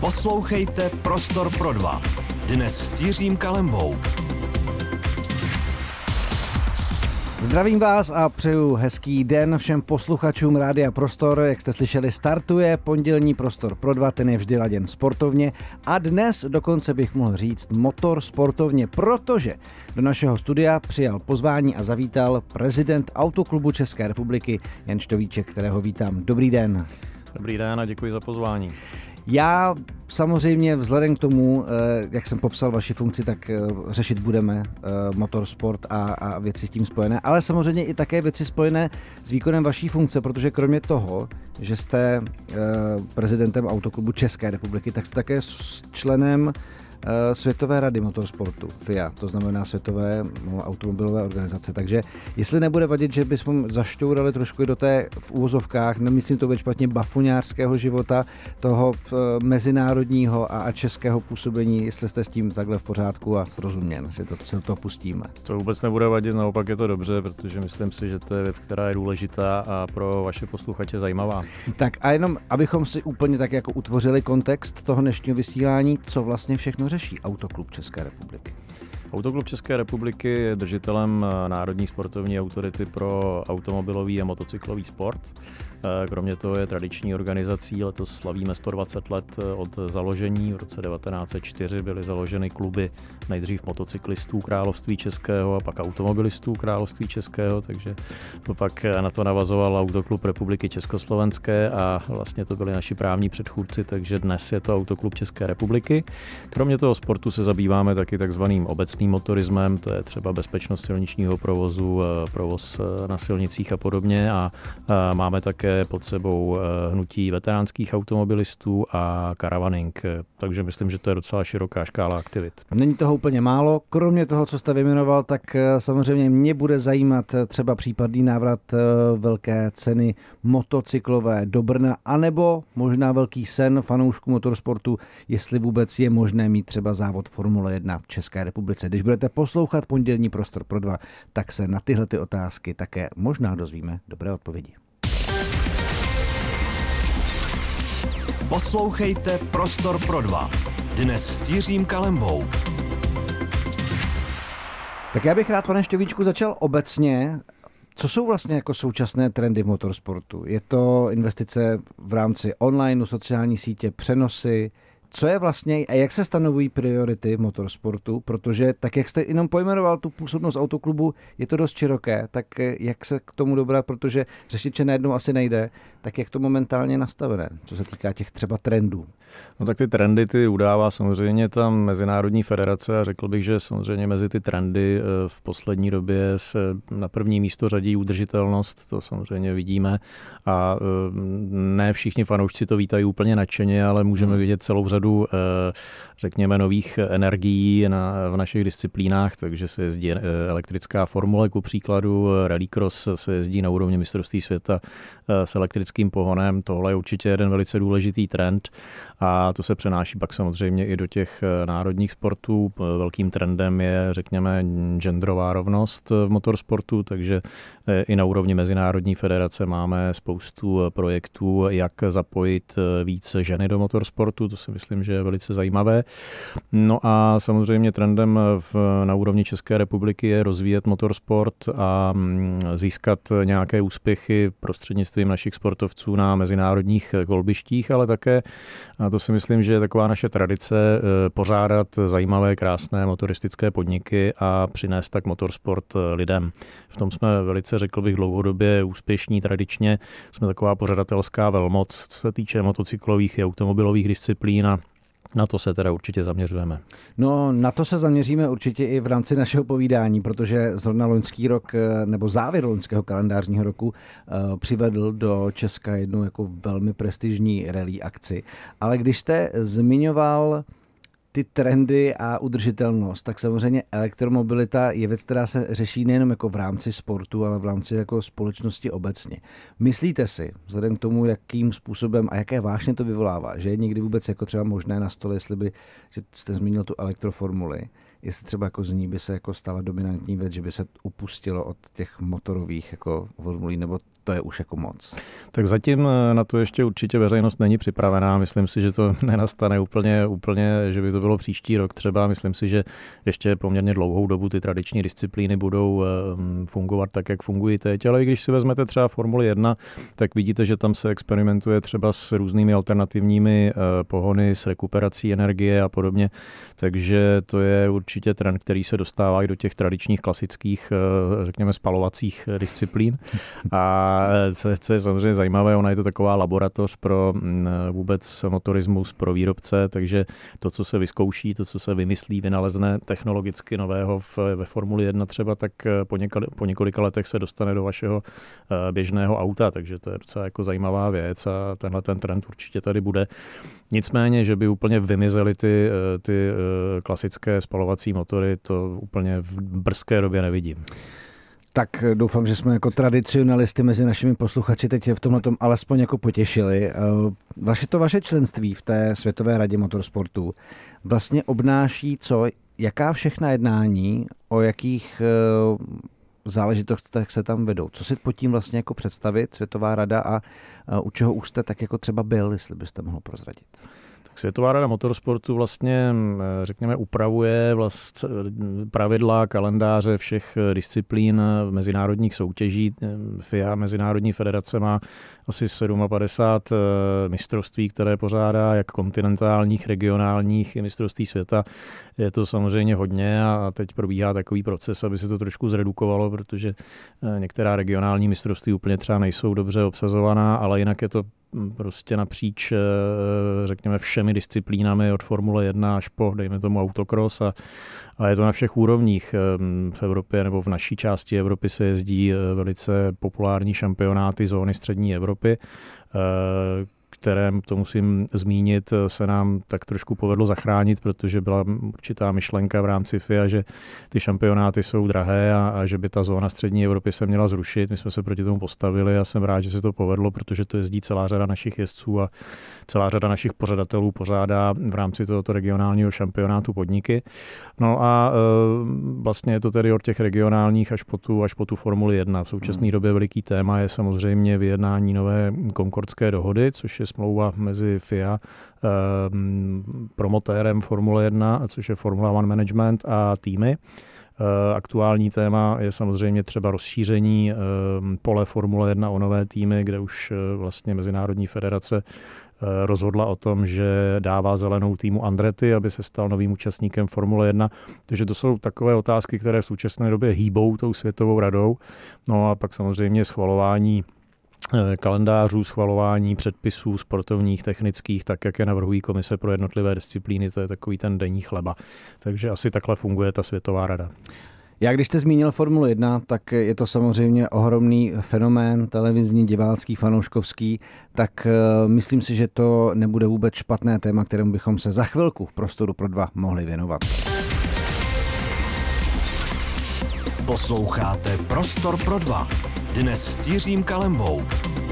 Poslouchejte Prostor pro dva. Dnes s Jiřím Kalembou. Zdravím vás a přeju hezký den všem posluchačům Rádia Prostor. Jak jste slyšeli, startuje pondělní Prostor pro dva, ten je vždy laděn sportovně a dnes dokonce bych mohl říct motor sportovně, protože do našeho studia přijal pozvání a zavítal prezident Autoklubu České republiky Jan Štovíček, kterého vítám. Dobrý den. Dobrý den a děkuji za pozvání. Já samozřejmě vzhledem k tomu, jak jsem popsal vaši funkci, tak řešit budeme motorsport a věci s tím spojené, ale samozřejmě i také věci spojené s výkonem vaší funkce, protože kromě toho, že jste prezidentem Autoklubu České republiky, tak jste také členem Světové rady motorsportu, FIA, to znamená Světové automobilové organizace. Takže jestli nebude vadit, že bychom zašťourali trošku do té v úvozovkách, nemyslím to být špatně, bafuňářského života, toho mezinárodního a českého působení, jestli jste s tím takhle v pořádku a srozuměn, že se do toho pustíme. To vůbec nebude vadit, naopak je to dobře, protože myslím si, že to je věc, která je důležitá a pro vaše posluchače zajímavá. Tak a jenom, abychom si úplně tak jako utvořili kontext toho dnešního vysílání, co vlastně všechno řeší Autoklub České republiky. Autoklub České republiky je držitelem národní sportovní autority pro automobilový a motocyklový sport. Kromě toho je tradiční organizací, letos slavíme 120 let od založení. V roce 1904 byly založeny kluby nejdřív motocyklistů Království Českého a pak automobilistů Království Českého, takže to pak na to navazoval Autoklub Republiky Československé a vlastně to byli naši právní předchůdci, takže dnes je to Autoklub České republiky. Kromě toho sportu se zabýváme taky takzvaným obecným motorismem, to je třeba bezpečnost silničního provozu, provoz na silnicích a podobně a máme také pod sebou hnutí veteránských automobilistů a caravaning, takže myslím, že to je docela široká škála aktivit. Není toho úplně málo, kromě toho, co jste vyjmenoval, tak samozřejmě mě bude zajímat třeba případný návrat velké ceny motocyklové do Brna, anebo možná velký sen fanoušků motorsportu, jestli vůbec je možné mít třeba závod Formule 1 v České republice. Když budete poslouchat pondělní Prostor pro dva, tak se na tyhle ty otázky také možná dozvíme dobré odpovědi. Poslouchejte Prostor pro dva. Dnes s Jiřím Kalembou. Tak já bych rád, pane Štovíčku, začal obecně. Co jsou vlastně jako současné trendy v motorsportu? Je to investice v rámci online, sociální sítě, přenosy? Co je vlastně a jak se stanovují priority v motorsportu? Protože tak, jak jste jenom pojmenoval tu působnost Autoklubu, je to dost široké, tak jak se k tomu dobrat, protože řešiče najednou asi nejde, tak jak to momentálně nastavené, co se týká těch třeba trendů? No tak ty trendy ty udává samozřejmě tam Mezinárodní federace a řekl bych, že samozřejmě mezi ty trendy v poslední době se na první místo řadí udržitelnost, to samozřejmě vidíme a ne všichni fanoušci to vítají úplně nadšeně, ale můžeme vidět celou řadu řekněme nových energií v našich disciplínách, takže se jezdí elektrická formule ku příkladu, rallycross se jezdí na úrovni mistrovství světa s elektrickým pohonem, tohle je určitě jeden velice důležitý trend a to se přenáší pak samozřejmě i do těch národních sportů. Velkým trendem je, řekněme, genderová rovnost v motorsportu, takže i na úrovni Mezinárodní federace máme spoustu projektů, jak zapojit víc ženy do motorsportu, to si myslím, že je velice zajímavé. No a samozřejmě trendem na úrovni České republiky je rozvíjet motorsport a získat nějaké úspěchy prostřednictvím našich sportovců na mezinárodních kolbištích, ale také, a to si myslím, že je taková naše tradice, pořádat zajímavé, krásné motoristické podniky a přinést tak motorsport lidem. V tom jsme velice, řekl bych, dlouhodobě úspěšní, tradičně jsme taková pořadatelská velmoc, co se týče motocyklových i automobilových disciplín a na to se teda určitě zaměřujeme. No, na to se zaměříme určitě i v rámci našeho povídání, protože zrovna loňský rok, nebo závěr loňského kalendářního roku přivedl do Česka jednu jako velmi prestižní rally akci. Ale když jste zmiňoval ty trendy a udržitelnost, tak samozřejmě elektromobilita je věc, která se řeší nejenom jako v rámci sportu, ale v rámci jako společnosti obecně. Myslíte si, vzhledem k tomu, jakým způsobem a jaké vášně to vyvolává, že je někdy vůbec jako třeba možné na stole, jestli by, že jste zmínil tu elektroformuli, jestli třeba jako z ní by se jako stala dominantní věc, že by se upustilo od těch motorových jako formulí, nebo to je už jako moc. Tak zatím na to ještě určitě veřejnost není připravená. Myslím si, že to nenastane úplně, že by to bylo příští rok třeba. Myslím si, že ještě poměrně dlouhou dobu ty tradiční disciplíny budou fungovat tak, jak fungují teď. Ale i když si vezmete třeba Formuli 1, tak vidíte, že tam se experimentuje třeba s různými alternativními pohony, s rekuperací energie a podobně. Takže to je určitě trend, který se dostává i do těch tradičních klasických, řekněme, spalovacích disciplín. A co je samozřejmě zajímavé, ona je to taková laboratoř pro vůbec motorismus, pro výrobce, takže to, co se vyzkouší, to, co se vymyslí, vynalezne technologicky nového ve Formuli 1 třeba, tak po několika letech se dostane do vašeho běžného auta, takže to je docela jako zajímavá věc a tenhle ten trend určitě tady bude. Nicméně, že by úplně vymizely ty klasické spalovací motory, to úplně v brzké době nevidím. Tak doufám, že jsme jako tradicionalisty mezi našimi posluchači teď v tomhletom alespoň jako potěšili. Vaše členství v té Světové radě motorsportu vlastně obnáší co? Jaká všechna jednání, o jakých záležitostech se tam vedou? Co si pod tím vlastně jako představit Světová rada a u čeho už jste tak jako třeba byl, jestli byste mohl prozradit? Světová rada motorsportu vlastně, řekněme, upravuje pravidla, kalendáře všech disciplín mezinárodních soutěží. FIA, Mezinárodní federace, má asi 57 mistrovství, které pořádá, jak kontinentálních, regionálních i mistrovství světa. Je to samozřejmě hodně a teď probíhá takový proces, aby se to trošku zredukovalo, protože některá regionální mistrovství úplně třeba nejsou dobře obsazovaná, ale jinak je to prostě napříč, řekněme, všemi disciplínami od Formule 1 až po, dejme tomu, autocross a je to na všech úrovních. V Evropě nebo v naší části Evropy se jezdí velice populární šampionáty zóny střední Evropy, které, to musím zmínit, se nám tak trošku povedlo zachránit, protože byla určitá myšlenka v rámci FIA, že ty šampionáty jsou drahé a že by ta zóna střední Evropy se měla zrušit. My jsme se proti tomu postavili a jsem rád, že se to povedlo, protože to jezdí celá řada našich jezdců a celá řada našich pořadatelů pořádá v rámci tohoto regionálního šampionátu podniky. No a vlastně je to tedy od těch regionálních až po tu Formuli 1. V současné době veliký téma je samozřejmě vyjednání nové Concordské dohody, což je smlouva mezi FIA, promotérem Formule 1, což je Formula One Management a týmy. Aktuální téma je samozřejmě třeba rozšíření pole Formule 1 o nové týmy, kde už vlastně Mezinárodní federace rozhodla o tom, že dává zelenou týmu Andretti, aby se stal novým účastníkem Formule 1. Takže to jsou takové otázky, které v současné době hýbou tou Světovou radou. No a pak samozřejmě schvalování kalendářů, schvalování předpisů sportovních, technických, tak jak je navrhují komise pro jednotlivé disciplíny, to je takový ten denní chleba. Takže asi takhle funguje ta Světová rada. Já když jste zmínil Formule 1, tak je to samozřejmě ohromný fenomén, televizní, divácký, fanouškovský, tak myslím si, že to nebude vůbec špatné téma, kterému bychom se za chvilku v Prostoru pro dva mohli věnovat. Posloucháte Prostor pro dva. Dnes s Jiřím Kalembou.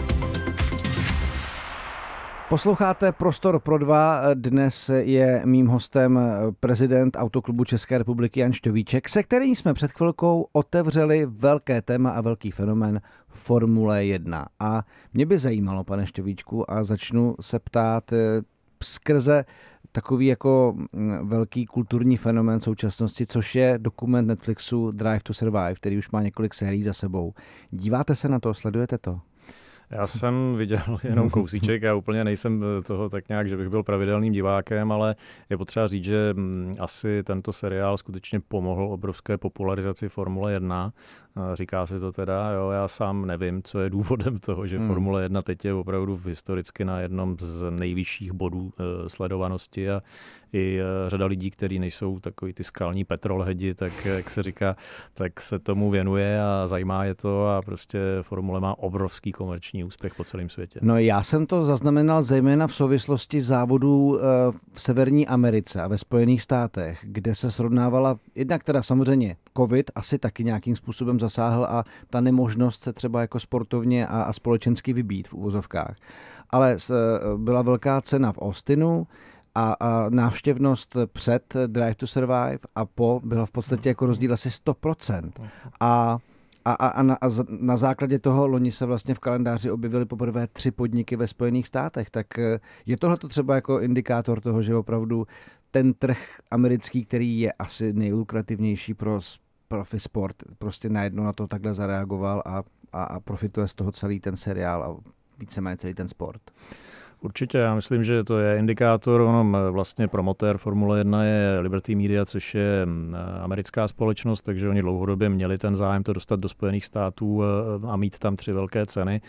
Posloucháte Prostor pro dva. Dnes je mým hostem prezident Autoklubu České republiky Jan Šťovíček, se kterým jsme před chvilkou otevřeli velké téma a velký fenomén Formule 1. A mě by zajímalo, pane Šťovíčku, a začnu se ptát skrze takový jako velký kulturní fenomén současnosti, což je dokument Netflixu Drive to Survive, který už má několik sérií za sebou. Díváte se na to, sledujete to? Já jsem viděl jenom kousíček, já úplně nejsem toho tak nějak, že bych byl pravidelným divákem, ale je potřeba říct, že asi tento seriál skutečně pomohl obrovské popularizaci Formule 1. Říká se to teda, jo, já sám nevím, co je důvodem toho, že Formule 1 teď je opravdu historicky na jednom z nejvyšších bodů sledovanosti a i řada lidí, kteří nejsou takový ty skalní petrolheadi, tak jak se říká, tak se tomu věnuje a zajímá je to a prostě Formule má obrovský komerční úspěch po celém světě. No já jsem to zaznamenal zejména v souvislosti závodů v Severní Americe a ve Spojených státech, kde se srovnávala, jednak teda samozřejmě covid asi taky nějakým způsobem zasáhl a ta nemožnost se třeba jako sportovně a společensky vybít v uvozovkách. Ale byla velká cena v Austinu a návštěvnost před Drive to Survive a po byla v podstatě jako rozdíl asi 100%. A A na základě toho loni se vlastně v kalendáři objevily poprvé 3 podniky ve Spojených státech. Tak je tohle to třeba jako indikátor toho, že opravdu ten trh americký, který je asi nejlukrativnější pro profi sport, prostě najednou na to takhle zareagoval a profituje z toho celý ten seriál a víceméně celý ten sport. Určitě, já myslím, že to je indikátor, vlastně promotér Formule 1 je Liberty Media, což je americká společnost, takže oni dlouhodobě měli ten zájem to dostat do Spojených států a mít tam 3 velké ceny.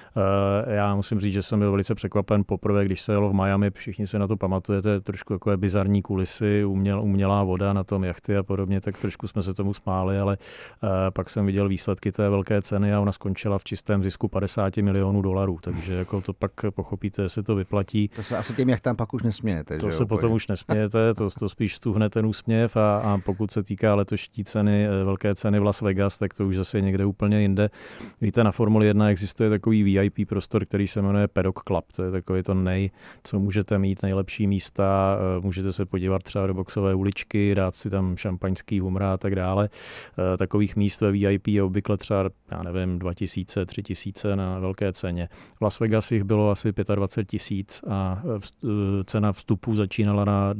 Já musím říct, že jsem byl velice překvapen poprvé, když se jelo v Miami, všichni se na to pamatujete, trošku takové bizarní kulisy, umělá voda na tom jachty a podobně, tak trošku jsme se tomu smáli, ale pak jsem viděl výsledky té velké ceny a ona skončila v čistém zisku $50 milionů, takže jako to pak pochopíte, se to vyplatí. To se asi tím jachtám pak už nesmějete. To se potom už nesmějete, to spíš stuhne ten úsměv a pokud se týká letošní ceny, velké ceny v Las Vegas, tak to už zase je někde úplně jinde. Víte, na Formuli 1 existuje takový VIP prostor, který se jmenuje Paddock Club, to je takový to co můžete mít, nejlepší místa, můžete se podívat třeba do boxové uličky, dát si tam šampaňský, humra a tak dále. Takových míst ve VIP je obvykle třeba, já nevím, 2000, 3000 na velké ceně. V Las Vegas jich bylo asi 25 000 a cena vstupu začínala na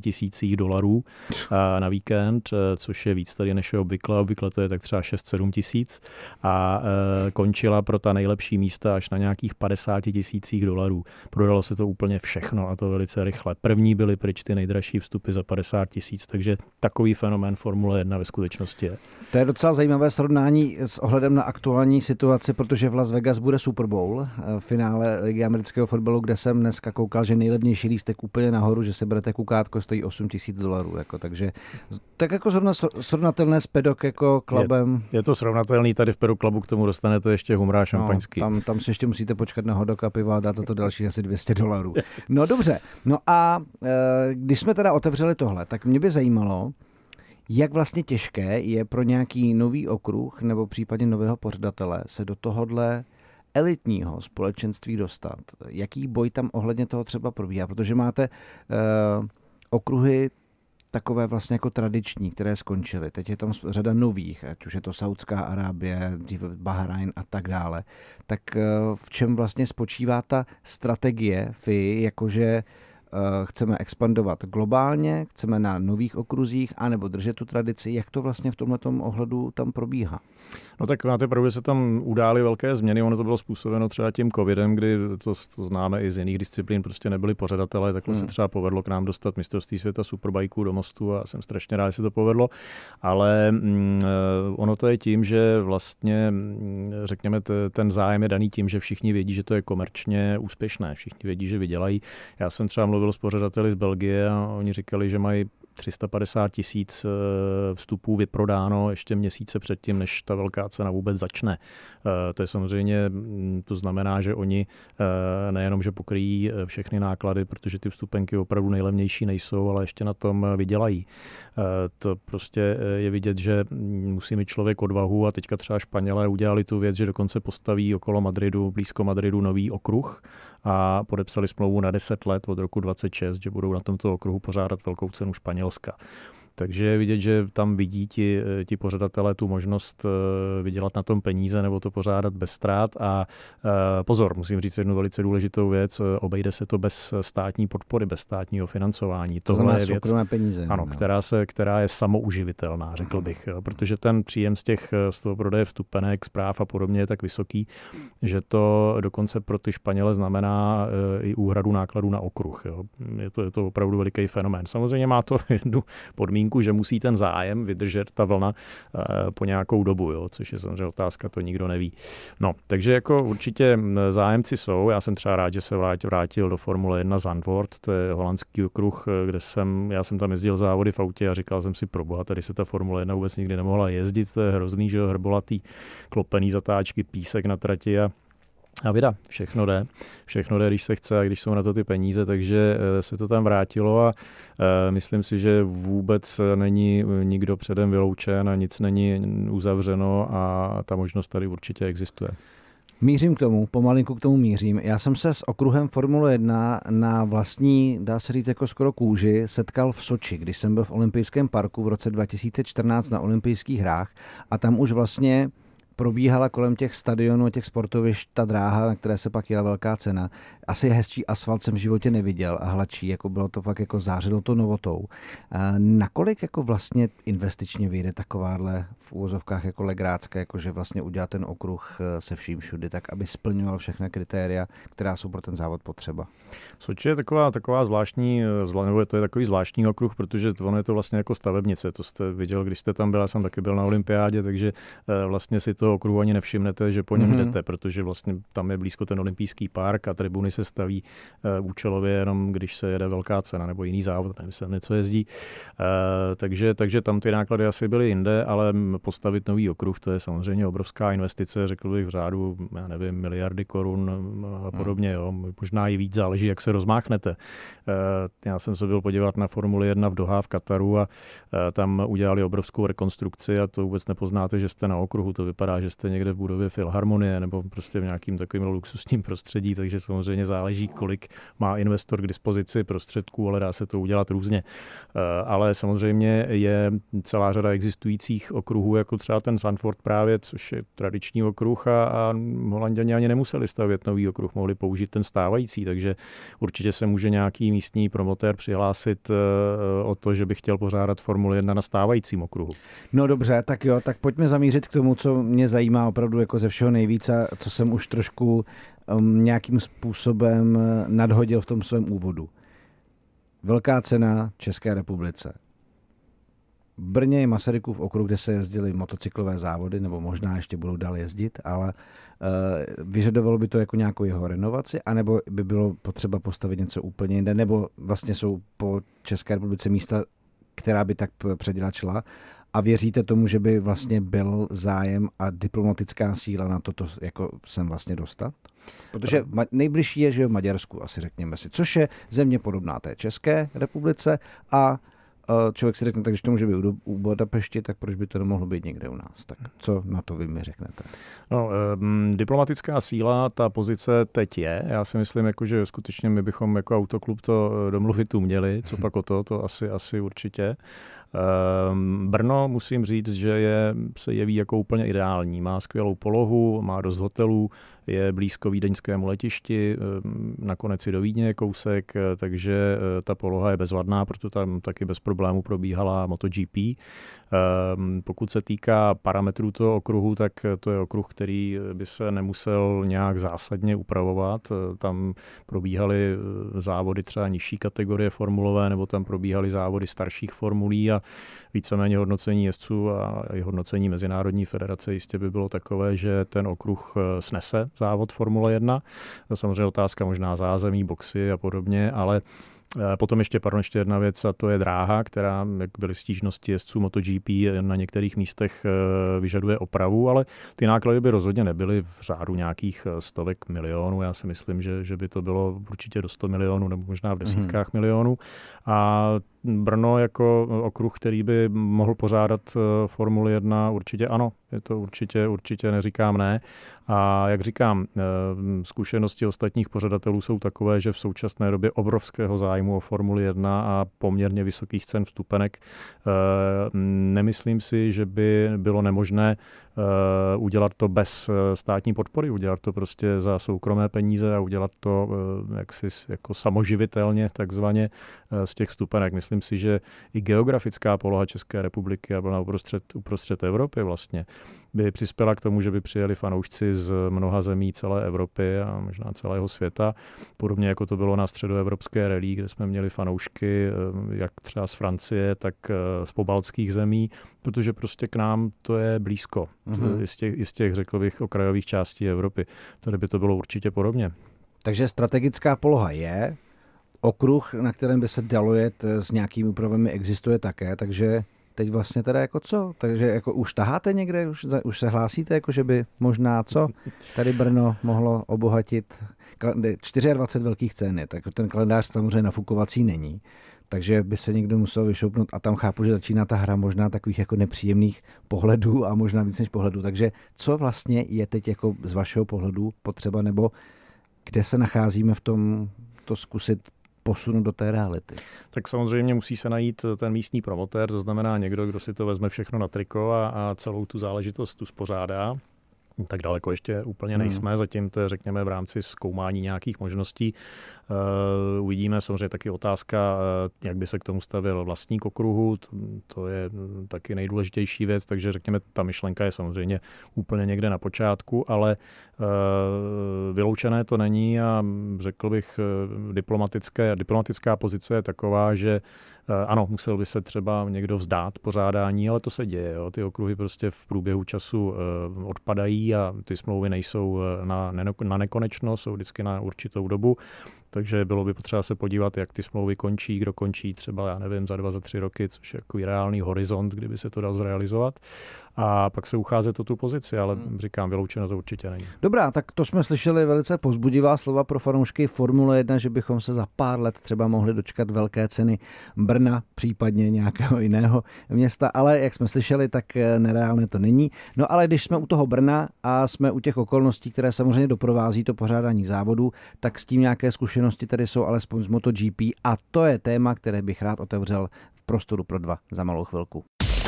$10 000 na víkend, což je víc tady než je obvykle. Obvykle to je tak třeba 6-7 tisíc a končila pro ta nejlepší místa až na nějakých $50 000. Prodalo se to úplně všechno a to velice rychle. První byly pryč ty nejdražší vstupy za 50 000, takže takový fenomén Formule 1 ve skutečnosti je. To je docela zajímavé srovnání s ohledem na aktuální situaci, protože v Las Vegas bude Super Bowl, finále Ligy amerického fotbalu, kde jsem dneska koukal, že nejlevnější lístek úplně nahoru, že se berete kukátko, stojí $8,000, jako, takže tak jako zrovna srovnatelné s Paddock jako klubem. Je to srovnatelný, tady v Paddock Clubu k tomu dostanete ještě humra a šampaňský. No, tam si ještě musíte počkat na hot dog a pivo a dát to další asi $200. No dobře, no a když jsme teda otevřeli tohle, tak mě by zajímalo, jak vlastně těžké je pro nějaký nový okruh nebo případně nového pořadatele se do tohohle elitního společenství dostat. Jaký boj tam ohledně toho třeba probíhá? Protože máte okruhy takové vlastně jako tradiční, které skončily. Teď je tam řada nových, ať už je to Saudská Arábie, Bahrajn a tak dále. Tak v čem vlastně spočívá ta strategie FIA, jakože chceme expandovat globálně, chceme na nových okruzích, anebo držet tu tradici, jak to vlastně v tomhletom ohledu tam probíhá? No tak máte pravdu, se tam udály velké změny, ono to bylo způsobeno třeba tím covidem, kdy to známe i z jiných disciplín, prostě nebyli pořadatelé, takhle se třeba povedlo k nám dostat mistrovství světa superbajků do Mostu a jsem strašně rád, že se to povedlo, ale ono to je tím, že vlastně, řekněme, ten zájem je daný tím, že všichni vědí, že to je komerčně úspěšné, všichni vědí, že vydělají. Já jsem třeba mluvil s pořadateli z Belgie a oni říkali, že mají 350 000 vstupů vyprodáno ještě měsíce předtím, než ta velká cena vůbec začne. To je samozřejmě, to znamená, že oni nejenom, že pokryjí všechny náklady, protože ty vstupenky opravdu nejlevnější nejsou, ale ještě na tom vydělají. To prostě je vidět, že musí mít člověk odvahu a teďka třeba Španělé udělali tu věc, že dokonce postaví okolo Madridu, blízko Madridu nový okruh a podepsali smlouvu na 10 let od roku 2026, že budou na tomto okruhu pořádat velkou cenu Španělska. Takže je vidět, že tam vidí ti pořadatelé tu možnost vydělat na tom peníze nebo to pořádat bez ztrát. A pozor, musím říct jednu velice důležitou věc, obejde se to bez státní podpory, bez státního financování. Tohle je věc, peníze, ano, která je samouživitelná, řekl bych, jo, protože ten příjem z toho prodeje vstupenek, zpráv a podobně je tak vysoký, že to dokonce pro ty Španěle znamená i úhradu nákladů na okruh. Jo. Je to opravdu veliký fenomén. Samozřejmě má to jednu podmínku, že musí ten zájem vydržet ta vlna po nějakou dobu, jo, což je samozřejmě otázka, to nikdo neví. No, takže jako určitě zájemci jsou. Já jsem třeba rád, že se vrátil do Formule 1 Zandvoort, to je holandský okruh, kde já jsem tam jezdil závody v autě a říkal jsem si, proboha, tady se ta Formule 1 vůbec nikdy nemohla jezdit, to je hrozný, že hrbolatý, klopený zatáčky, písek na trati a vida, všechno jde, když se chce a když jsou na to ty peníze, takže se to tam vrátilo a myslím si, že vůbec není nikdo předem vyloučen a nic není uzavřeno a ta možnost tady určitě existuje. Mířím k tomu, pomalinku k tomu mířím. Já jsem se s okruhem Formule 1 na vlastní, dá se říct jako skoro kůži, setkal v Soči, když jsem byl v olympijském parku v roce 2014 na olympijských hrách a tam už vlastně probíhala kolem těch stadionů, těch sportovišť ta dráha, na které se pak jela velká cena. Asi hezčí asfalt jsem v životě neviděl a hladší, jako bylo to fakt jako zářilo to novotou. Nakolik jako vlastně investičně vyjde takováhle v úvozovkách jako legrácka, jakože vlastně udělat ten okruh se vším všudy, tak aby splňoval všechna kritéria, která jsou pro ten závod potřeba? Soči je taková zvláštní, nebo to je takový zvláštní okruh, protože ono je to vlastně jako stavebnice. To jste viděl, když jste tam byl, já jsem taky byl na olympiádě, takže vlastně si toho okruhu ani nevšimnete, že po něm jdete, protože vlastně tam je blízko ten olympijský park a tribuny se staví účelově jenom, když se jede velká cena nebo jiný závod, nevím, se něco jezdí. Takže tam ty náklady asi byly jinde, ale postavit nový okruh, to je samozřejmě obrovská investice, řekl bych v řádu, já nevím, miliardy korun a podobně, jo. Možná i víc, záleží, jak se rozmáchnete. Já jsem se byl podívat na Formuli 1 v Dohá v Kataru a tam udělali obrovskou rekonstrukci a to vůbec nepoznáte, že jste na okruhu, to vypadá, že jste někde v budově Filharmonie nebo prostě v nějakým takovým luxusním prostředí, takže samozřejmě záleží, kolik má investor k dispozici prostředků, ale dá se to udělat různě. Ale samozřejmě je celá řada existujících okruhů, jako třeba ten Zandvoort právě, což je tradiční okruh a Holanďani ani nemuseli stavět nový okruh, mohli použít ten stávající, takže určitě se může nějaký místní promotér přihlásit o to, že by chtěl pořádat Formuli 1 na stávajícím okruhu. No dobře, tak jo, tak pojďme zamířit k tomu, co mě zajímá opravdu jako ze všeho nejvíc a co jsem už trošku nějakým způsobem nadhodil v tom svém úvodu. Velká cena České republice. V Brně je Masarykův okruh, kde se jezdily motocyklové závody, nebo možná ještě budou dál jezdit, ale vyžadovalo by to jako nějakou jeho renovaci, anebo by bylo potřeba postavit něco úplně jinde, nebo vlastně jsou po České republice místa, která by tak předělat šla. A věříte tomu, že by vlastně byl zájem a diplomatická síla na toto jako sem vlastně dostat? Protože nejbližší je, že v Maďarsku, asi řekněme si, což je země podobná té České republice a člověk si řekne, tak když to může být u Budapešti, tak proč by to nemohlo být někde u nás? Tak co na to vy mi řeknete? No, diplomatická síla, ta pozice teď je. Já si myslím, jako, že skutečně my bychom jako autoklub to domluvit uměli, co pak o to asi určitě. Brno, musím říct, že se jeví jako úplně ideální. Má skvělou polohu, má dost hotelů, je blízko vídeňskému letišti, nakonec i do Vídně je kousek, takže ta poloha je bezvadná, proto tam taky bez problémů probíhala MotoGP. Pokud se týká parametrů toho okruhu, tak to je okruh, který by se nemusel nějak zásadně upravovat. Tam probíhaly závody třeba nižší kategorie formulové, nebo tam probíhaly závody starších formulí a víceméně hodnocení jezdců a i hodnocení Mezinárodní federace jistě by bylo takové, že ten okruh snese závod Formule 1. Samozřejmě otázka možná zázemí, boxy a podobně, ale potom ještě jedna věc a to je dráha, která, jak byly stížnosti jezdců MotoGP, na některých místech vyžaduje opravu, ale ty náklady by rozhodně nebyly v řádu nějakých stovek milionů. Já si myslím, že by to bylo určitě do 100 milionů nebo možná v desítkách milionů. A Brno jako okruh, který by mohl pořádat Formuli 1, určitě ano. Je to určitě neříkám ne. A jak říkám, zkušenosti ostatních pořadatelů jsou takové, že v současné době obrovského zájmu o Formuli 1 a poměrně vysokých cen vstupenek nemyslím si, že by bylo nemožné udělat to bez státní podpory, udělat to prostě za soukromé peníze a udělat to jaksi jako samoživitelně takzvaně z těch vstupenek. Myslím si, že i geografická poloha České republiky a byla uprostřed Evropy vlastně by přispěla k tomu, že by přijeli fanoušci z mnoha zemí celé Evropy a možná celého světa. Podobně jako to bylo na středoevropské rally, kde jsme měli fanoušky jak třeba z Francie, tak z pobaltských zemí, protože prostě k nám to je blízko. I z těch, řekl bych, okrajových částí Evropy. Tady by to bylo určitě podobně. Takže strategická poloha je, okruh, na kterém by se dalo jet s nějakými úpravami, existuje také, takže teď vlastně teda jako co? Takže jako už taháte někde, už se hlásíte, jako že by možná co? Tady Brno mohlo obohatit 24 velkých cen, tak ten kalendář samozřejmě nafukovací není. Takže by se někdo musel vyšoupnout a tam chápu, že začíná ta hra možná takových jako nepříjemných pohledů a možná víc než pohledů. Takže co vlastně je teď jako z vašeho pohledu potřeba, nebo kde se nacházíme v tom to zkusit posunout do té reality? Tak samozřejmě musí se najít ten místní promotér, to znamená někdo, kdo si to vezme všechno na triko a celou tu záležitost uspořádá. Tak daleko ještě úplně nejsme, zatím to je, řekněme, v rámci zkoumání nějakých možností. Uvidíme, samozřejmě taky otázka, jak by se k tomu stavil vlastník okruhu, to je taky nejdůležitější věc, takže řekněme, ta myšlenka je samozřejmě úplně někde na počátku, ale vyloučené to není a řekl bych, diplomatická pozice je taková, že ano, musel by se třeba někdo vzdát pořádání, ale to se děje. Jo. Ty okruhy prostě v průběhu času odpadají a ty smlouvy nejsou na nekonečno, jsou vždycky na určitou dobu. Takže bylo by potřeba se podívat, jak ty smlouvy končí, kdo končí třeba, já nevím, za 2, za 3 roky, což je jako reálný horizont, kdyby se to dalo zrealizovat. A pak se ucházet o tu pozici, ale říkám, vyloučeno to určitě není. Dobrá, tak to jsme slyšeli velice povzbudivá slova pro fanoušky Formule 1, že bychom se za pár let třeba mohli dočkat velké ceny Brna, případně nějakého jiného města, ale jak jsme slyšeli, tak nereálné to není. No ale když jsme u toho Brna a jsme u těch okolností, které samozřejmě doprovází to pořádání závodů, tak s tím nějaké zkušenosti tady jsou alespoň z MotoGP a to je téma, které bych rád otevřel v Prostoru pro 2 za malou chvilku.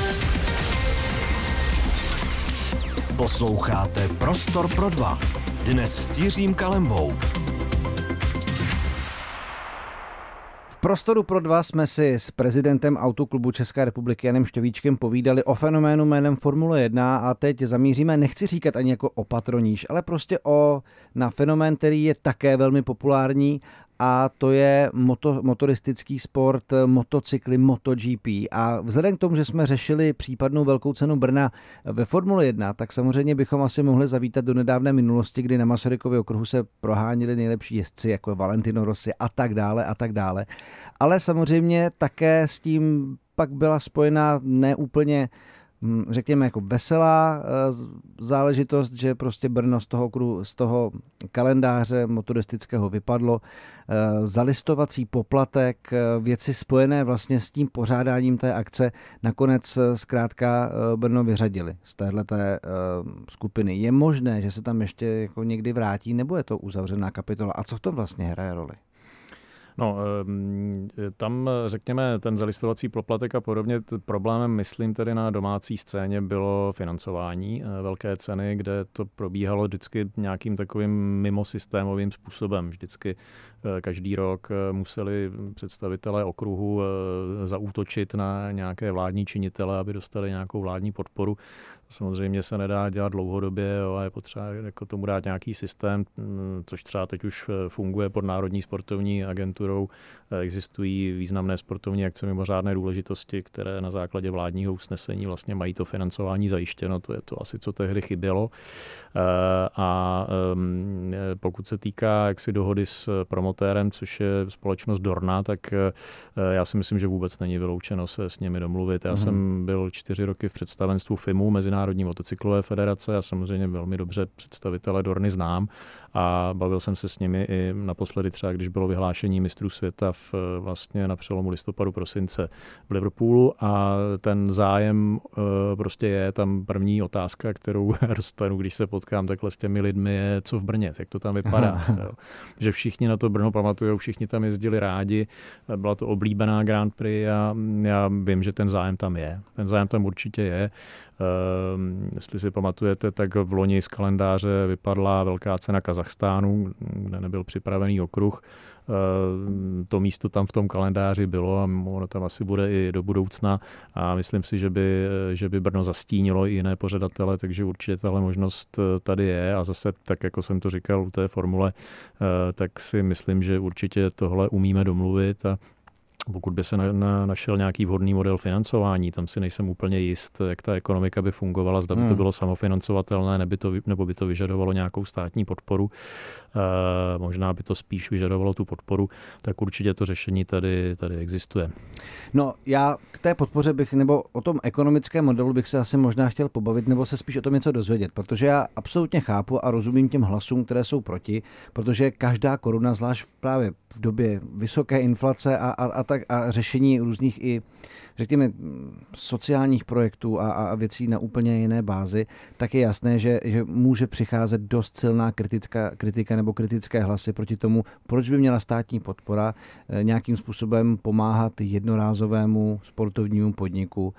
Posloucháte Prostor pro 2. Dnes s Jiřím Kalembou. V Prostoru pro 2 jsme si s prezidentem Autoklubu České republiky Janem Šťovíčkem povídali o fenoménu jménem Formule 1 a teď zamíříme, nechci říkat ani jako o patroníž, ale prostě na fenomén, který je také velmi populární, a to je motoristický sport, motocykly, MotoGP. A vzhledem k tomu, že jsme řešili případnou velkou cenu Brna ve Formule 1, tak samozřejmě bychom asi mohli zavítat do nedávné minulosti, kdy na Masarykově okruhu se proháněli nejlepší jezdci, jako Valentino Rossi a tak dále a tak dále. Ale samozřejmě také s tím pak byla spojená neúplně, řekněme, jako veselá záležitost, že prostě Brno z toho kalendáře motoristického vypadlo. Zalistovací poplatek, věci spojené vlastně s tím pořádáním té akce nakonec zkrátka Brno vyřadili z téhleté skupiny. Je možné, že se tam ještě jako někdy vrátí, nebo je to uzavřená kapitola? A co v tom vlastně hraje roli? No, tam řekněme ten zalistovací poplatek a podobně, problémem myslím tedy na domácí scéně bylo financování velké ceny, kde to probíhalo vždycky nějakým takovým mimosystémovým způsobem. Vždycky každý rok museli představitelé okruhu zaútočit na nějaké vládní činitele, aby dostali nějakou vládní podporu. Samozřejmě se nedá dělat dlouhodobě, a je potřeba jako tomu dát nějaký systém, což třeba teď už funguje pod Národní sportovní agenturou. Existují významné sportovní akce mimořádné důležitosti, které na základě vládního usnesení vlastně mají to financování zajištěno. To je to asi, co tehdy chybělo. A pokud se týká jaksi dohody s promotérem, což je společnost Dorna, tak já si myslím, že vůbec není vyloučeno se s nimi domluvit. Já jsem byl 4 roky v představenstvu FIMu, Mezinárodní motocyklové federace, a samozřejmě velmi dobře představitele Dorny znám a bavil jsem se s nimi i naposledy třeba, když bylo vyhlášení mistrů světa vlastně na přelomu listopadu prosince v Liverpoolu, a ten zájem prostě je tam. První otázka, kterou dostanu, když se potkám takhle s těmi lidmi, je, co v Brně, jak to tam vypadá. Že všichni na to Brno pamatujou, všichni tam jezdili rádi, byla to oblíbená Grand Prix a já vím, že ten zájem tam je. Ten zájem tam určitě je. Jestli si pamatujete, tak v loni z kalendáře vypadla velká cena Kazachstánu, kde nebyl připravený okruh. To místo tam v tom kalendáři bylo a ono tam asi bude i do budoucna a myslím si, že by Brno zastínilo i jiné pořadatele, takže určitě tahle možnost tady je a zase, tak jako jsem to říkal u té formule, tak si myslím, že určitě tohle umíme domluvit a pokud by se našel nějaký vhodný model financování, tam si nejsem úplně jist, jak ta ekonomika by fungovala, zda by to bylo samofinancovatelné, nebo by to vyžadovalo nějakou státní podporu, možná by to spíš vyžadovalo tu podporu, tak určitě to řešení tady existuje. No, já k té podpoře nebo o tom ekonomickém modelu bych se asi možná chtěl pobavit, nebo se spíš o tom něco dozvědět, protože já absolutně chápu a rozumím těm hlasům, které jsou protože každá koruna, zvlášť právě v době vysoké inflace a řešení různých i, řekněme, sociálních projektů a věcí na úplně jiné bázi, tak je jasné, že může přicházet dost silná kritika nebo kritické hlasy proti tomu, proč by měla státní podpora nějakým způsobem pomáhat jednorázovému sportovnímu podniku.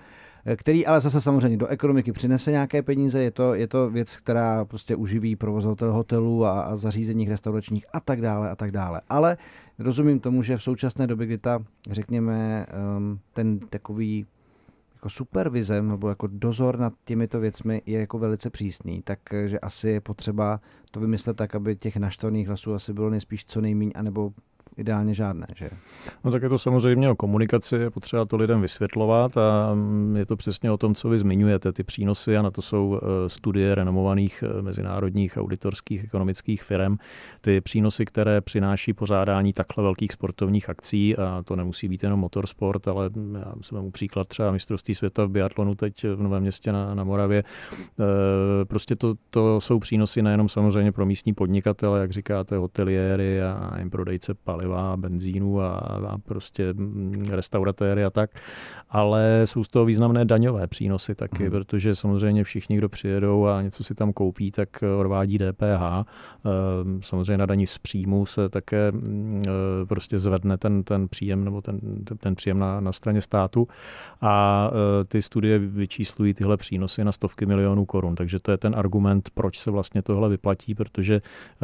který ale zase samozřejmě do ekonomiky přinese nějaké peníze, je to věc, která prostě uživí provozovatel hotelů a zařízeních restauračních a tak dále a tak dále. Ale rozumím tomu, že v současné době, kdy řekněme, ten takový jako supervizem nebo jako dozor nad těmito věcmi je jako velice přísný, takže asi je potřeba to vymyslet tak, aby těch naštvaných hlasů asi bylo nejspíš co nejméně, anebo ideálně žádné, že? No tak je to samozřejmě o komunikaci, je potřeba to lidem vysvětlovat a je to přesně o tom, co vy zmiňujete, ty přínosy, a na to jsou studie renomovaných mezinárodních auditorských ekonomických firm. Ty přínosy, které přináší pořádání takhle velkých sportovních akcí, a to nemusí být jenom motorsport, ale já si vezmu příklad třeba mistrovství světa v biatlonu teď v Novém Městě na Moravě. Prostě to jsou přínosy nejenom samozřejmě pro místní podnikatele, jak říkáte, hoteliéry a jim prodejce paliva, benzínu a prostě restauratéry a tak, ale jsou z toho významné daňové přínosy taky, protože samozřejmě všichni, kdo přijedou a něco si tam koupí, tak odvádí DPH. Samozřejmě na daní z příjmu se také prostě zvedne ten příjem nebo ten příjem na straně státu a ty studie vyčíslují tyhle přínosy na stovky milionů korun, takže to je ten argument, proč se vlastně tohle vyplatí, protože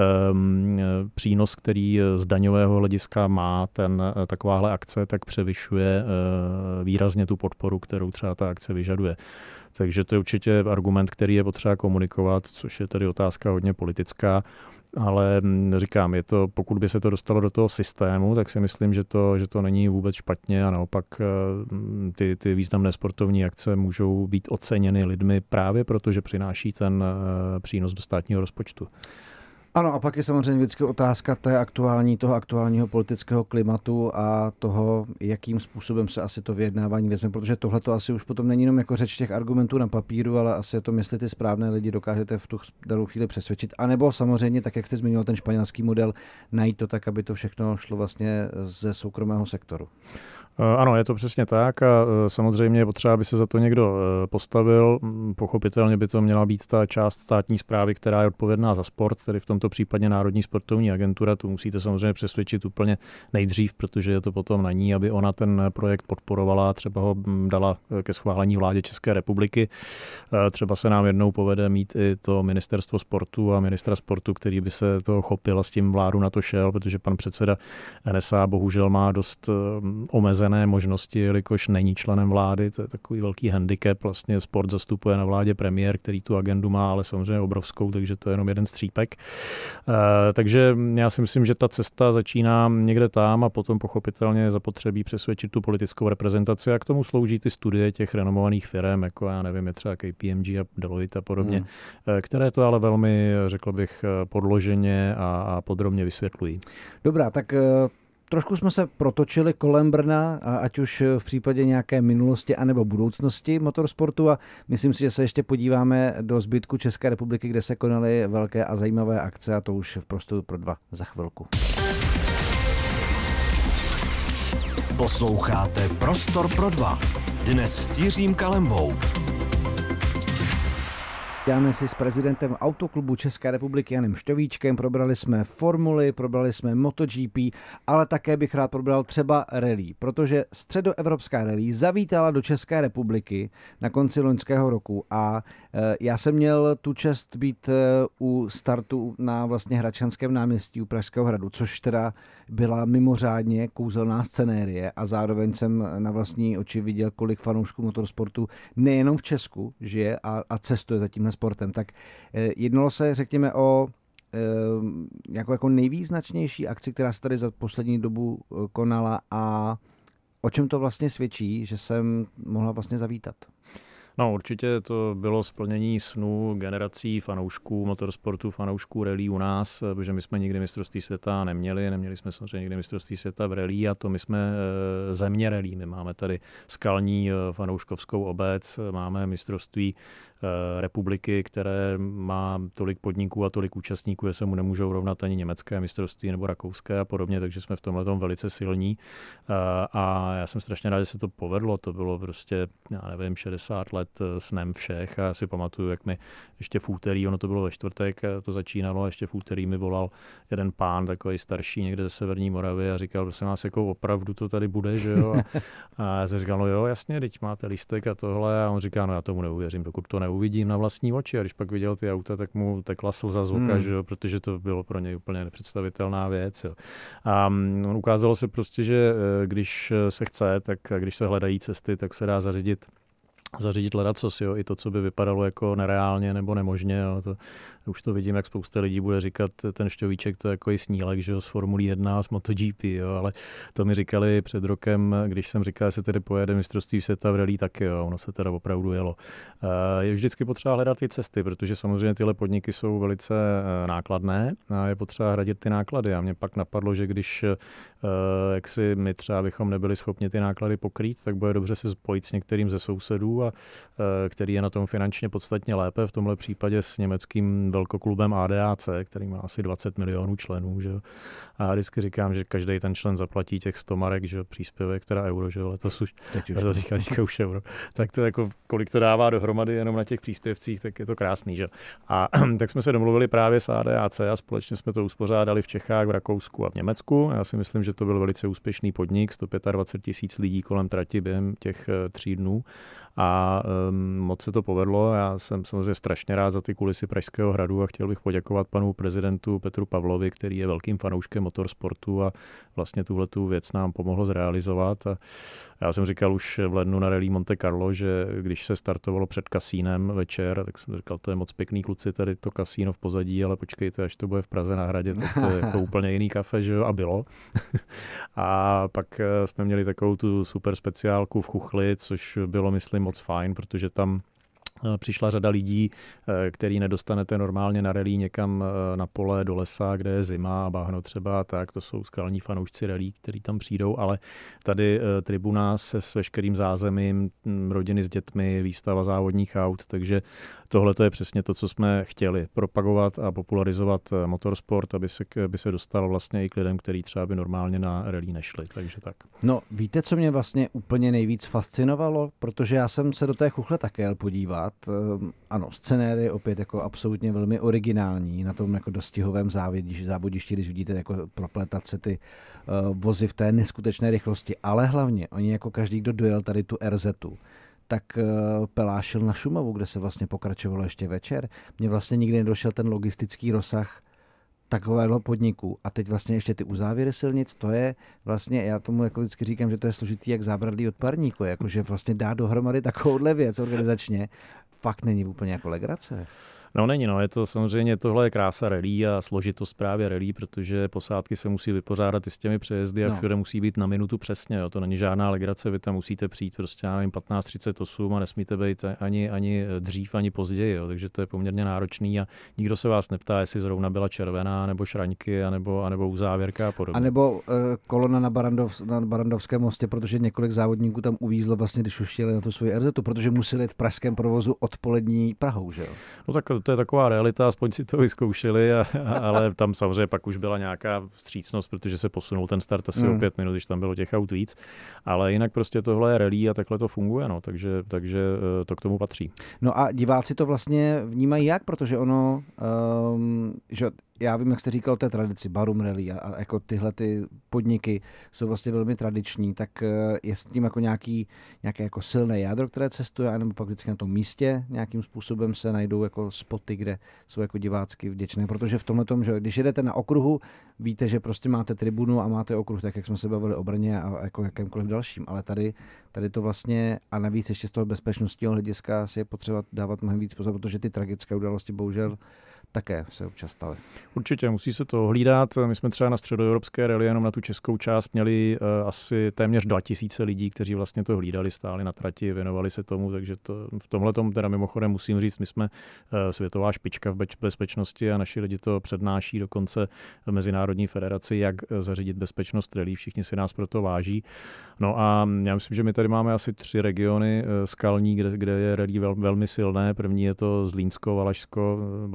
přínos, který z daňového hlediska má takováhle akce, tak převyšuje výrazně tu podporu, kterou třeba ta akce vyžaduje. Takže to je určitě argument, který je potřeba komunikovat, což je tedy otázka hodně politická, ale říkám, pokud by se to dostalo do toho systému, tak si myslím, že to není vůbec špatně a naopak ty významné sportovní akce můžou být oceněny lidmi právě proto, že přináší ten přínos do státního rozpočtu. Ano, a pak je samozřejmě vždycky otázka toho aktuálního politického klimatu a toho, jakým způsobem se asi to vyjednávání vezme, protože tohle to asi už potom není jenom jako řeč těch argumentů na papíru, ale asi je to, jestli ty správné lidi dokážete v tu danou chvíli přesvědčit, anebo samozřejmě, tak jak jste zmiňoval ten španělský model, najít to tak, aby to všechno šlo vlastně ze soukromého sektoru. Ano, je to přesně tak a samozřejmě je potřeba, aby se za to někdo postavil. Pochopitelně by to měla být ta část státní správy, která je odpovědná za sport, tedy v tomto případě Národní sportovní agentura. Tu musíte samozřejmě přesvědčit úplně nejdřív, protože je to potom na ní, aby ona ten projekt podporovala, třeba ho dala ke schválení vládě České republiky. Třeba se nám jednou povede mít i to ministerstvo sportu a ministra sportu, který by se toho chopil a s tím vládu na to šel, protože pan předseda NSA bohužel má dost omezené možnosti, jelikož není členem vlády, to je takový velký handicap, vlastně sport zastupuje na vládě premiér, který tu agendu má, ale samozřejmě obrovskou, takže to je jenom jeden střípek. Takže já si myslím, že ta cesta začíná někde tam a potom pochopitelně zapotřebí přesvědčit tu politickou reprezentaci a k tomu slouží ty studie těch renomovaných firm, jako já nevím, je třeba KPMG a Deloitte a podobně, které to ale velmi, řekl bych, podloženě a podrobně vysvětlují. Dobrá, tak trošku jsme se protočili kolem Brna, ať už v případě nějaké minulosti anebo budoucnosti motorsportu a myslím si, že se ještě podíváme do zbytku České republiky, kde se konaly velké a zajímavé akce a to už v Prostoru pro dva za chvilku. Posloucháte Prostor pro dva. Dnes s Jiřím Kalembou. Dáme si s prezidentem Autoklubu České republiky Janem Šťovíčkem, probrali jsme formuly, probrali jsme MotoGP, ale také bych rád probral třeba rally, protože středoevropská rally zavítala do České republiky na konci loňského roku a já jsem měl tu čest být u startu na vlastně Hradčanském náměstí u Pražského hradu, což teda byla mimořádně kouzelná scenérie a zároveň jsem na vlastní oči viděl, kolik fanoušků motorsportu nejenom v Česku žije a cestuje za tímhle sportem. Tak jednalo se, řekněme, o jako nejvýznačnější akci, která se tady za poslední dobu konala a o čem to vlastně svědčí, že jsem mohla vlastně zavítat? No určitě to bylo splnění snů generací fanoušků motorsportu, fanoušků rally u nás, protože my jsme nikdy mistrovství světa neměli jsme samozřejmě nikdy mistrovství světa v rally a to my jsme země rally. My máme tady skalní fanouškovskou obec, máme mistrovství republiky, které má tolik podniků a tolik účastníků, že se mu nemůžou rovnat ani německé mistrovství nebo rakouské a podobně, takže jsme v tomhletom velice silní a já jsem strašně rád, že se to povedlo, to bylo prostě, já nevím, 60 let let snem všech. A já si pamatuju, jak mi ještě v úterý, ono to bylo ve čtvrtek, to začínalo, a ještě v úterý mi volal jeden pán, takový starší někde ze Severní Moravy a říkal, prosím vás, jako opravdu to tady bude, že jo? A já jsem říkal, no jo, jasně, teď máte lístek a tohle. A on říká, no já tomu neuvěřím, dokud to neuvidím na vlastní oči. A když pak viděl ty auta, tak mu tekla slza z oka, že jo? Protože to bylo pro něj úplně nepředstavitelná věc. Jo. A ukázalo se prostě, že když se chce, tak když se hledají cesty, tak se dá zařídit ledacos, jo, i to, co by vypadalo jako nereálně nebo nemožně. Jo. Už to vidím, jak spousta lidí bude říkat, ten Šťovíček to je jako i snílek, že jo, z Formulí 1 a z MotoGP, jo, ale to mi říkali před rokem, když jsem říkal, že se tedy pojede mistrovství světa v rally, tak jo, ono se teda opravdu jelo. Je vždycky potřeba hledat ty cesty, protože samozřejmě tyhle podniky jsou velice nákladné a je potřeba hradit ty náklady. A mě pak napadlo, že když jak si my třeba bychom nebyli schopni ty náklady pokrýt, tak bude dobře se spojit s některým ze sousedů, a který je na tom finančně podstatně lépe, v tomhle případě s německým velkoklubem ADAC, který má asi 20 milionů členů. Že? A vždycky říkám, že každý ten člen zaplatí těch 100 marek, že? Příspěvek, teda euro, že? Letos už, teďka už euro. Tak to jako, kolik to dává dohromady jenom na těch příspěvcích, tak je to krásný. Že? A tak jsme se domluvili právě s ADAC a společně jsme to uspořádali v Čechách, v Rakousku a v Německu. Já si myslím, že to byl velice úspěšný podnik, 125 000 lidí kolem trati během těch 3 dnů. A moc se to povedlo. Já jsem samozřejmě strašně rád za ty kulisy Pražského hradu a chtěl bych poděkovat panu prezidentu Petru Pavlovi, který je velkým fanouškem motorsportu a vlastně tuhletu věc nám pomohl zrealizovat. A já jsem říkal už v lednu na Rallye Monte Carlo, že když se startovalo před kasínem večer, tak jsem říkal, to je moc pěkný, kluci, tady to kasíno v pozadí, ale počkejte, až to bude v Praze na hradě, tak to je jako úplně jiný kafe, že jo, a bylo. A pak jsme měli takovou tu super speciálku v Chuchli, což bylo, myslím, moc fajn, protože tam přišla řada lidí, který nedostanete normálně na rally někam na pole do lesa, kde je zima a bahno třeba, tak to jsou skalní fanoušci rally, kteří tam přijdou, ale tady tribuna se s veškerým zázemím, rodiny s dětmi, výstava závodních aut, takže tohle to je přesně to, co jsme chtěli propagovat a popularizovat motorsport, aby se dostal vlastně i k lidem, kteří třeba by normálně na rally nešli, takže tak. No, víte, co mě vlastně úplně nejvíc fascinovalo? Protože já jsem se do té Chuchle také jel podívat. Ano, scenéry opět jako absolutně velmi originální na tom jako dostihovém závodišti, když vidíte jako propletat se ty vozy v té neskutečné rychlosti, ale hlavně oni jako každý, kdo dojel tady tu RZ-tu, tak pelášil na Šumavu, kde se vlastně pokračovalo ještě večer. Mně vlastně nikdy nedošel ten logistický rozsah takového podniku. A teď vlastně ještě ty uzávěry silnic, to je vlastně, já tomu jako vždycky říkám, že to je složitý jak zábradlí od parníku, jakože vlastně dá dohromady takovouhle věc organizačně. Fakt není úplně jako legrace. No není, no, je to samozřejmě, tohle je krása rally a složitost právě rally, protože posádky se musí vypořádat i s těmi přejezdy a všude musí být na minutu přesně, jo. To není žádná legrace, vy tam musíte přijít prostě, já nevím, 15:38 a nesmíte být ani dřív, ani později, jo. Takže to je poměrně náročný a nikdo se vás neptá, jestli zrovna byla červená, nebo šraňky, anebo uzávěrka a podobně. A nebo kolona na Barandovském mostě, protože několik závodníků tam uvízlo vlastně, když už jeli na tu svoji RZ, protože museli jít v pražském provozu odpolední Prahou, že jo. No tak to je taková realita, aspoň si to vyzkoušeli, ale tam samozřejmě pak už byla nějaká vstřícnost, protože se posunul ten start asi o 5 minut, když tam bylo těch aut víc. Ale jinak prostě tohle je rally a takhle to funguje, no, takže to k tomu patří. No a diváci to vlastně vnímají jak, protože ono, že já vím, jak jste říkal o té tradici, Barum Rally a jako tyhle ty podniky jsou vlastně velmi tradiční, tak je s tím jako nějaké jako silné jádro, které cestuje, anebo pak vždycky na tom místě nějakým způsobem se najdou jako spoty, kde jsou jako divácky vděčné, protože v tomhletom, že když jedete na okruhu, víte, že prostě máte tribunu a máte okruh, tak jak jsme se bavili o Brně a jako jakémkoliv dalším, ale tady to vlastně a navíc ještě z toho bezpečnostního hlediska si je potřeba dávat mnohem víc pozor, protože ty tragické události bohužel také se občas staly. Určitě, musí se to hlídat. My jsme třeba na středoevropské rally jenom na tu českou část měli asi téměř 2000 lidí, kteří vlastně to hlídali, stáli na trati, věnovali se tomu, takže v tomhletom teda mimochodem musím říct, my jsme světová špička v bezpečnosti a naši lidi to přednáší dokonce v Mezinárodní federaci, jak zařídit bezpečnost rally, všichni si nás proto váží. No a já myslím, že my tady máme asi 3 regiony skalní, kde je rally velmi silné. První je to Zlínsko, Valašsko, Barum Rally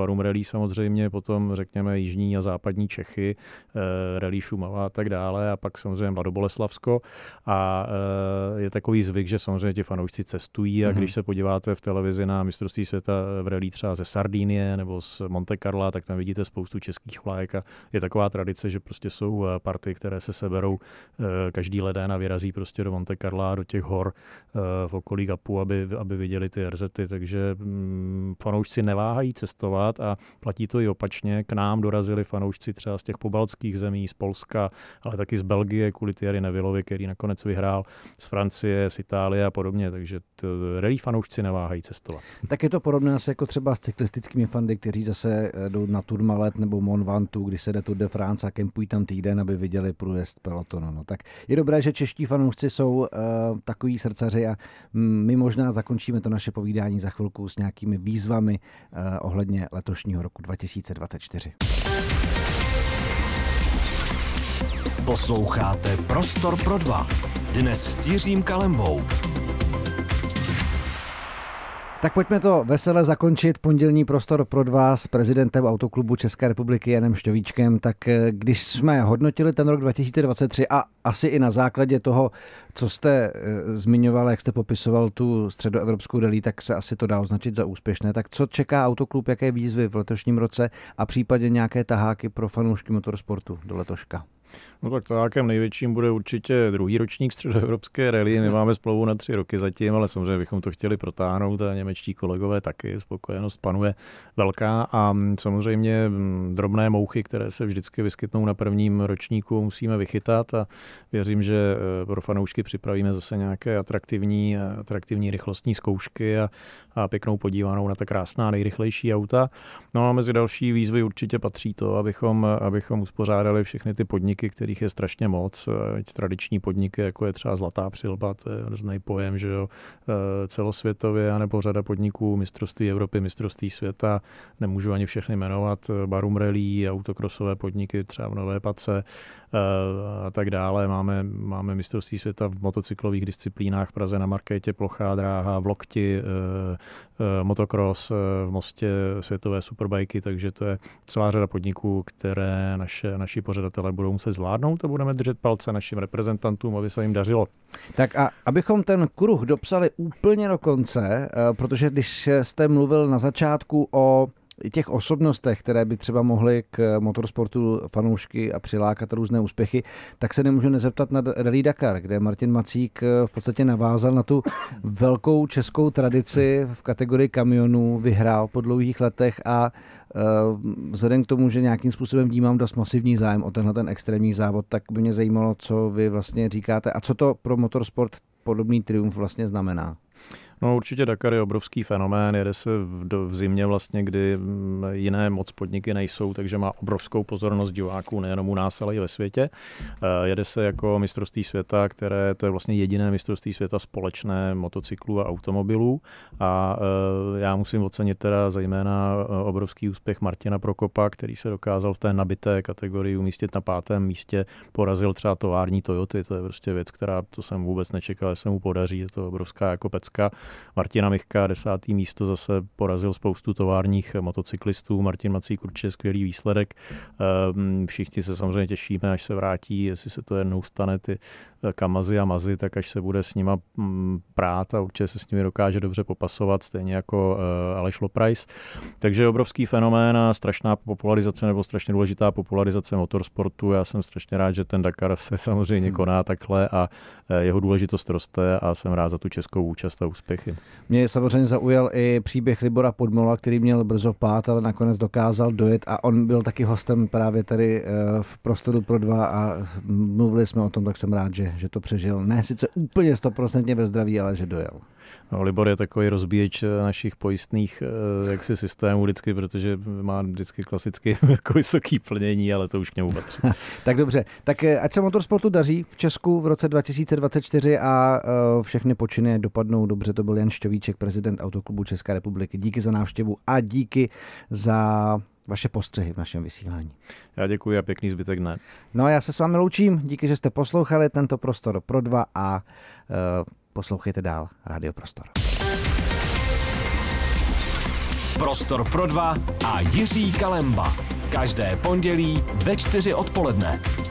samozřejmě, potom řekněme jižní a západní Čechy, Rallye Šumava a tak dále a pak samozřejmě Mladoboleslavsko a je takový zvyk, že samozřejmě ti fanoušci cestují a když se podíváte v televizi na mistrovství světa v rallye třeba ze Sardinie nebo z Monte Carla, tak tam vidíte spoustu českých vlajek a je taková tradice, že prostě jsou party, které se seberou každý leden a vyrazí prostě do Monte Carla, do těch hor v okolí Gapu, aby viděli ty RZty, takže fanoušci neváhají cestovat a platí to i opačně. K nám dorazili fanoušci třeba z těch pobaltských zemí, z Polska, ale taky z Belgie kvůli Thierry Nevillovi, který nakonec vyhrál, z Francie, z Itálie a podobně, takže rally fanoušci neváhají cestovat. Tak je to podobné asi jako třeba s cyklistickými fandy, kteří zase jdou na Tourmalet nebo Mont Ventoux, když se jde Tour de France a kempují tam týden, aby viděli průjezd pelotonu. No, tak je dobré, že čeští fanoušci jsou takový srdcaři a my možná zakončíme to naše povídání za chvilku s nějakými výzvami ohledně letošního roku 2024. Posloucháte Prostor pro dva. Dnes s Jiřím Kalembou. Tak pojďme to vesele zakončit. Pondělní Prostor pro dva s prezidentem Autoklubu České republiky Janem Šťovíčkem. Tak když jsme hodnotili ten rok 2023 a asi i na základě toho, co jste zmiňoval, jak jste popisoval tu středoevropskou rally, tak se asi to dá označit za úspěšné. Tak co čeká Autoklub, jaké výzvy v letošním roce a případně nějaké taháky pro fanoušky motorsportu do letoška? No tak tahákem největším bude určitě druhý ročník středoevropské rally. My máme smlouvu na 3 roky zatím, ale samozřejmě bychom to chtěli protáhnout a němečtí kolegové taky. Spokojenost panuje velká a samozřejmě drobné mouchy, které se vždycky vyskytnou na prvním ročníku, musíme vychytat a věřím, že pro fanoušky připravíme zase nějaké atraktivní rychlostní zkoušky a pěknou podívanou na ta krásná nejrychlejší auta. No a mezi další výzvy určitě patří to, abychom uspořádali všechny ty podniky, kterých je strašně moc. Tradiční podniky, jako je třeba Zlatá přilba, to je různý pojem, že jo, celosvětově, anebo řada podniků, mistrovství Evropy, mistrovství světa, nemůžu ani všechny jmenovat, Barum Rally, autokrosové podniky, třeba v Nové Pace a tak dále. Máme mistrovství světa v motocyklových disciplínách v Praze na Markétě, plochá dráha, v Lokti, motocross, v Mostě světové superbajky, takže to je celá řada podniků, které naši pořadatelé budou muset zvládnout a budeme držet palce našim reprezentantům, aby se jim dařilo. Tak a abychom ten kruh dopsali úplně do konce, protože když jste mluvil na začátku o těch osobnostech, které by třeba mohly k motorsportu fanoušky a přilákat různé úspěchy, tak se nemůžu nezeptat na Rally Dakar, kde Martin Macík v podstatě navázal na tu velkou českou tradici v kategorii kamionů, vyhrál po dlouhých letech a vzhledem k tomu, že nějakým způsobem vnímám dost masivní zájem o tenhle ten extrémní závod, tak by mě zajímalo, co vy vlastně říkáte a co to pro motorsport podobný triumf vlastně znamená. No určitě Dakar je obrovský fenomén, jede se v zimě vlastně, kdy jiné moc podniky nejsou, takže má obrovskou pozornost diváků nejenom u nás, ale i ve světě. Jede se jako mistrovství světa, to je vlastně jediné mistrovství světa společné motocyklů a automobilů a já musím ocenit teda zejména obrovský úspěch Martina Prokopa, který se dokázal v té nabité kategorii umístit na 5. místě, porazil třeba tovární Toyoty, to je prostě věc, to jsem vůbec nečekal, že se mu podaří, je to obrovská jako pecka. Martina Michka, 10. místo, zase porazil spoustu továrních motocyklistů. Martin Macík určitě skvělý výsledek. Všichni se samozřejmě těšíme, až se vrátí, jestli se to jednou stane, ty Kamazy a Mazy, tak až se bude s nima prát a určitě se s nimi dokáže dobře popasovat, stejně jako Aleš Loprajs. Takže obrovský fenomén a strašná popularizace nebo strašně důležitá popularizace motorsportu. Já jsem strašně rád, že ten Dakar se samozřejmě koná takhle a jeho důležitost roste a jsem rád za tu českou účast a úspěchy. Mě samozřejmě zaujal i příběh Libora Podmola, který měl brzo pát, ale nakonec dokázal dojet a on byl taky hostem právě tady v Prostoru pro dva a mluvili jsme o tom, tak jsem rád, že to přežil. Ne sice úplně 100% ve zdraví, ale že dojel. No, Libor je takový rozbíječ našich pojistných jaksi systémů vždycky, protože má vždycky klasicky jako vysoký plnění, ale to už k němu patří. Tak dobře, tak ať se motorsportu daří v Česku v roce 2024 a všechny počiny dopadnou dobře. To byl Jan Šťovíček, prezident Autoklubu České republiky. Díky za návštěvu a díky za vaše postřehy v našem vysílání. Já děkuji a pěkný zbytek dne. No a já se s vámi loučím. Díky, že jste poslouchali tento Prostor pro dva a poslouchejte dál Rádio Prostor. Prostor pro dva a Jiří Kalemba. Každé pondělí ve 4 odpoledne.